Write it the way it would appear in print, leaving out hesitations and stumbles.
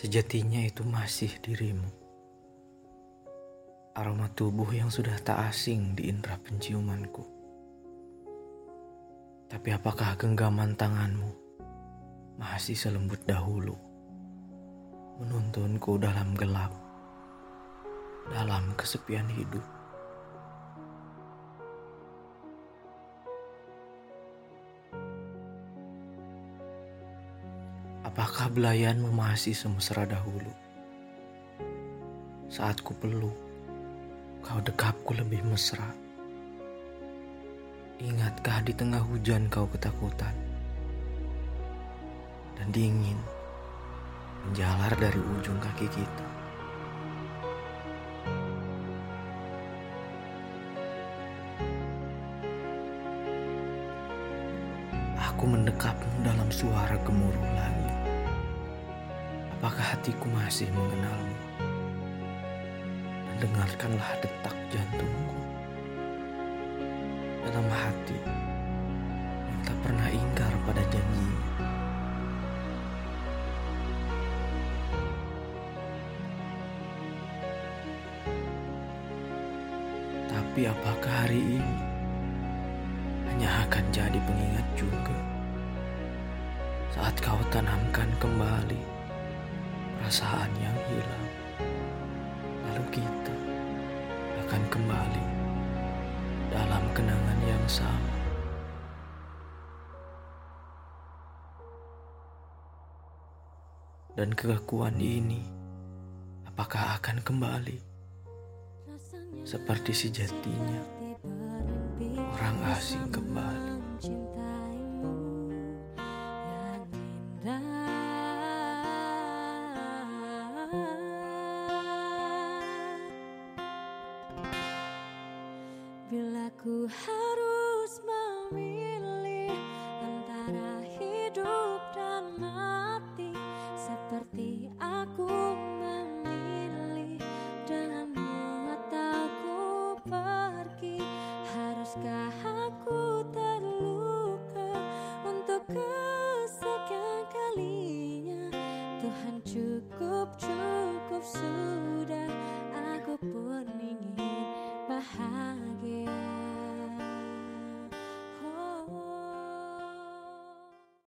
Sejatinya itu masih dirimu. Aroma tubuh yang sudah tak asing di indera penciumanku. Tapi apakah genggaman tanganmu masih selembut dahulu, menuntunku dalam gelap, dalam kesepian hidup? Apakah belayanmu masih semesra dahulu? Saat ku peluk, kau dekapku lebih mesra. Ingatkah di tengah hujan kau ketakutan dan dingin menjalar dari ujung kaki kita? Aku mendekapmu dalam suara gemuruh langit. Apakah hatiku masih mengenalmu? Dan dengarkanlah detak jantungku dalam hati yang tak pernah ingkar pada janjinya. Tapi apakah hari ini hanya akan jadi pengingat juga saat kau tanamkan kembali perasaan yang hilang, lalu kita akan kembali dalam kenangan yang sama. Dan kekakuan ini apakah akan kembali seperti sejatinya orang asing kembali?